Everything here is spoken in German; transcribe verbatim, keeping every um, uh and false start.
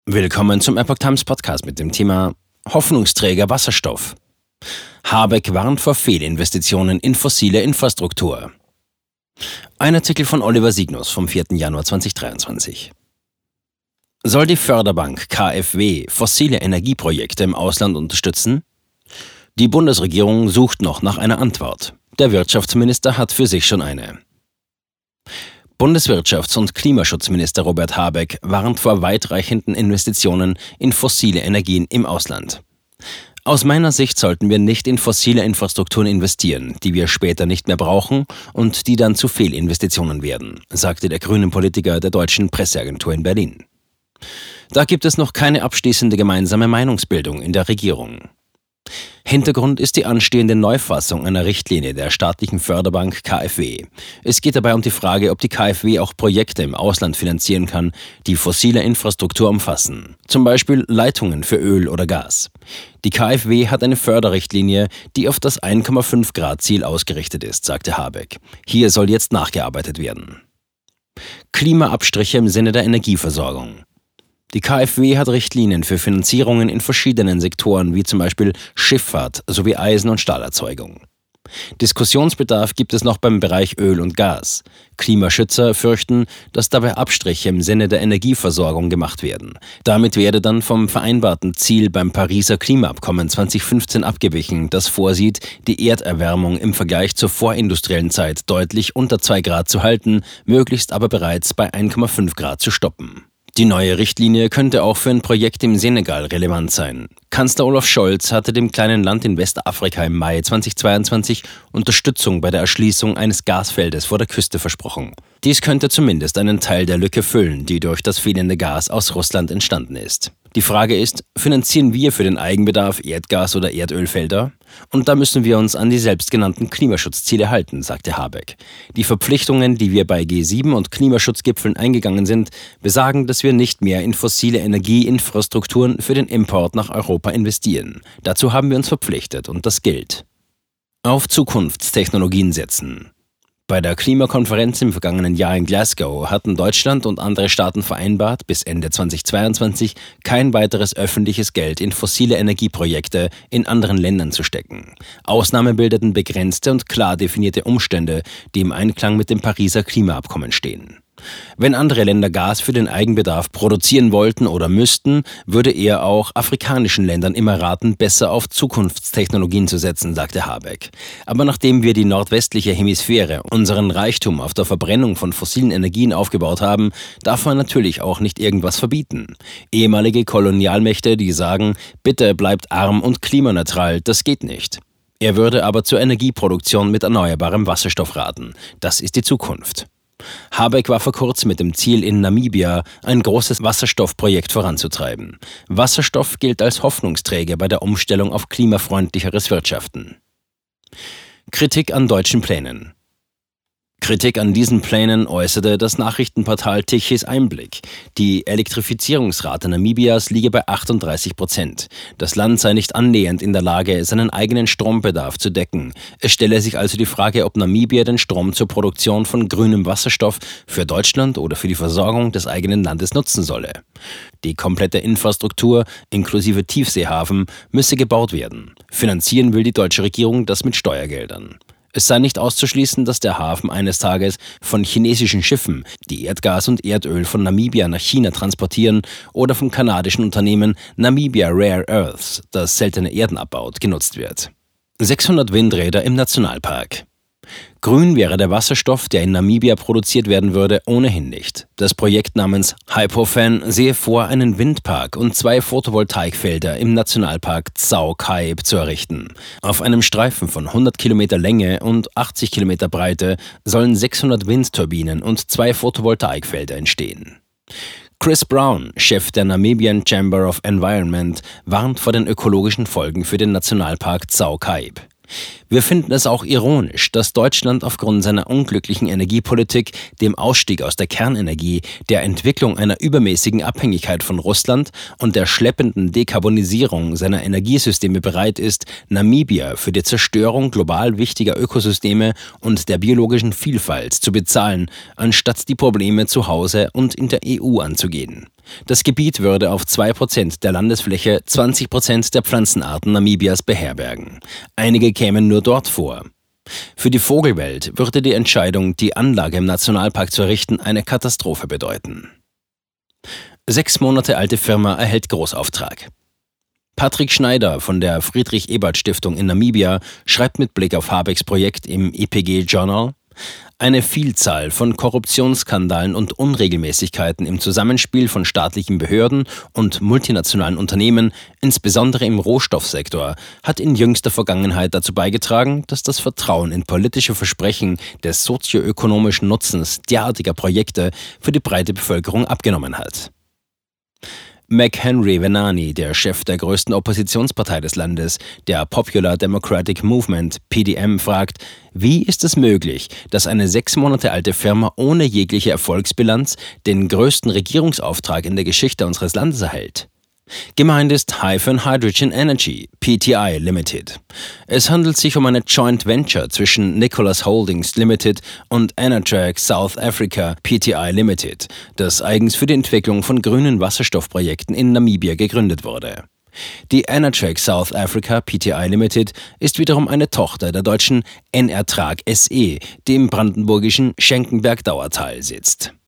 Willkommen zum Epoch Times Podcast mit dem Thema Hoffnungsträger Wasserstoff. Habeck warnt vor Fehlinvestitionen in fossile Infrastruktur. Ein Artikel von Oliver Signus vom vierten Januar zweitausenddreiundzwanzig. Soll die Förderbank K f W fossile Energieprojekte im Ausland unterstützen? Die Bundesregierung sucht noch nach einer Antwort. Der Wirtschaftsminister hat für sich schon eine. Bundeswirtschafts- und Klimaschutzminister Robert Habeck warnt vor weitreichenden Investitionen in fossile Energien im Ausland. Aus meiner Sicht sollten wir nicht in fossile Infrastrukturen investieren, die wir später nicht mehr brauchen und die dann zu Fehlinvestitionen werden, sagte der grünen Politiker der Deutschen Presseagentur in Berlin. Da gibt es noch keine abschließende gemeinsame Meinungsbildung in der Regierung. Hintergrund ist die anstehende Neufassung einer Richtlinie der staatlichen Förderbank K f W. Es geht dabei um die Frage, ob die K f W auch Projekte im Ausland finanzieren kann, die fossile Infrastruktur umfassen, zum Beispiel Leitungen für Öl oder Gas. Die K f W hat eine Förderrichtlinie, die auf das eins Komma fünf Grad Ziel ausgerichtet ist, sagte Habeck. Hier soll jetzt nachgearbeitet werden. Klimaabstriche im Sinne der Energieversorgung. Die K f W hat Richtlinien für Finanzierungen in verschiedenen Sektoren, wie zum Beispiel Schifffahrt sowie Eisen- und Stahlerzeugung. Diskussionsbedarf gibt es noch beim Bereich Öl und Gas. Klimaschützer fürchten, dass dabei Abstriche im Sinne der Energieversorgung gemacht werden. Damit werde dann vom vereinbarten Ziel beim Pariser Klimaabkommen zweitausendfünfzehn abgewichen, das vorsieht, die Erderwärmung im Vergleich zur vorindustriellen Zeit deutlich unter zwei Grad zu halten, möglichst aber bereits bei eins Komma fünf Grad zu stoppen. Die neue Richtlinie könnte auch für ein Projekt im Senegal relevant sein. Kanzler Olaf Scholz hatte dem kleinen Land in Westafrika im Mai zweitausendzweiundzwanzig Unterstützung bei der Erschließung eines Gasfeldes vor der Küste versprochen. Dies könnte zumindest einen Teil der Lücke füllen, die durch das fehlende Gas aus Russland entstanden ist. Die Frage ist, finanzieren wir für den Eigenbedarf Erdgas- oder Erdölfelder? Und da müssen wir uns an die selbstgenannten Klimaschutzziele halten, sagte Habeck. Die Verpflichtungen, die wir bei G sieben und Klimaschutzgipfeln eingegangen sind, besagen, dass wir nicht mehr in fossile Energieinfrastrukturen für den Import nach Europa investieren. Dazu haben wir uns verpflichtet und das gilt. Auf Zukunftstechnologien setzen. Bei der Klimakonferenz im vergangenen Jahr in Glasgow hatten Deutschland und andere Staaten vereinbart, bis Ende zweitausendzweiundzwanzig kein weiteres öffentliches Geld in fossile Energieprojekte in anderen Ländern zu stecken. Ausnahme bildeten begrenzte und klar definierte Umstände, die im Einklang mit dem Pariser Klimaabkommen stehen. Wenn andere Länder Gas für den Eigenbedarf produzieren wollten oder müssten, würde er auch afrikanischen Ländern immer raten, besser auf Zukunftstechnologien zu setzen, sagte Habeck. Aber nachdem wir die nordwestliche Hemisphäre unseren Reichtum auf der Verbrennung von fossilen Energien aufgebaut haben, darf man natürlich auch nicht irgendwas verbieten. Ehemalige Kolonialmächte, die sagen, bitte bleibt arm und klimaneutral, das geht nicht. Er würde aber zur Energieproduktion mit erneuerbarem Wasserstoff raten. Das ist die Zukunft. Habeck war vor kurzem mit dem Ziel, in Namibia ein großes Wasserstoffprojekt voranzutreiben. Wasserstoff gilt als Hoffnungsträger bei der Umstellung auf klimafreundlicheres Wirtschaften. Kritik an deutschen Plänen. Kritik an diesen Plänen äußerte das Nachrichtenportal Tichys Einblick. Die Elektrifizierungsrate Namibias liege bei achtunddreißig Prozent. Das Land sei nicht annähernd in der Lage, seinen eigenen Strombedarf zu decken. Es stelle sich also die Frage, ob Namibia den Strom zur Produktion von grünem Wasserstoff für Deutschland oder für die Versorgung des eigenen Landes nutzen solle. Die komplette Infrastruktur, inklusive Tiefseehafen, müsse gebaut werden. Finanzieren will die deutsche Regierung das mit Steuergeldern. Es sei nicht auszuschließen, dass der Hafen eines Tages von chinesischen Schiffen, die Erdgas und Erdöl von Namibia nach China transportieren, oder vom kanadischen Unternehmen Namibia Rare Earths, das seltene Erden abbaut, genutzt wird. sechshundert Windräder im Nationalpark. Grün wäre der Wasserstoff, der in Namibia produziert werden würde, ohnehin nicht. Das Projekt namens Hypofan sehe vor, einen Windpark und zwei Photovoltaikfelder im Nationalpark Tsau Kaib zu errichten. Auf einem Streifen von hundert Kilometer Länge und achtzig Kilometer Breite sollen sechshundert Windturbinen und zwei Photovoltaikfelder entstehen. Chris Brown, Chef der Namibian Chamber of Environment, warnt vor den ökologischen Folgen für den Nationalpark Tsau Kaib. Wir finden es auch ironisch, dass Deutschland aufgrund seiner unglücklichen Energiepolitik, dem Ausstieg aus der Kernenergie, der Entwicklung einer übermäßigen Abhängigkeit von Russland und der schleppenden Dekarbonisierung seiner Energiesysteme bereit ist, Namibia für die Zerstörung global wichtiger Ökosysteme und der biologischen Vielfalt zu bezahlen, anstatt die Probleme zu Hause und in der E U anzugehen. Das Gebiet würde auf zwei Prozent der Landesfläche zwanzig Prozent der Pflanzenarten Namibias beherbergen. Einige kämen nur dort vor. Für die Vogelwelt würde die Entscheidung, die Anlage im Nationalpark zu errichten, eine Katastrophe bedeuten. Sechs Monate alte Firma erhält Großauftrag. Patrick Schneider von der Friedrich-Ebert-Stiftung in Namibia schreibt mit Blick auf Habecks Projekt im E P G-Journal: Eine Vielzahl von Korruptionsskandalen und Unregelmäßigkeiten im Zusammenspiel von staatlichen Behörden und multinationalen Unternehmen, insbesondere im Rohstoffsektor, hat in jüngster Vergangenheit dazu beigetragen, dass das Vertrauen in politische Versprechen des sozioökonomischen Nutzens derartiger Projekte für die breite Bevölkerung abgenommen hat. McHenry Venani, der Chef der größten Oppositionspartei des Landes, der Popular Democratic Movement, P D M, fragt: Wie ist es möglich, dass eine sechs Monate alte Firma ohne jegliche Erfolgsbilanz den größten Regierungsauftrag in der Geschichte unseres Landes erhält? Gemeint ist Hyphen Hydrogen Energy, P T I Limited. Es handelt sich um eine Joint Venture zwischen Nicholas Holdings Limited und Anatrag South Africa P T I Limited, das eigens für die Entwicklung von grünen Wasserstoffprojekten in Namibia gegründet wurde. Die Anatrag South Africa P T I Limited ist wiederum eine Tochter der deutschen Enertrag S E, die im brandenburgischen Schenkenberg-Dauertal sitzt.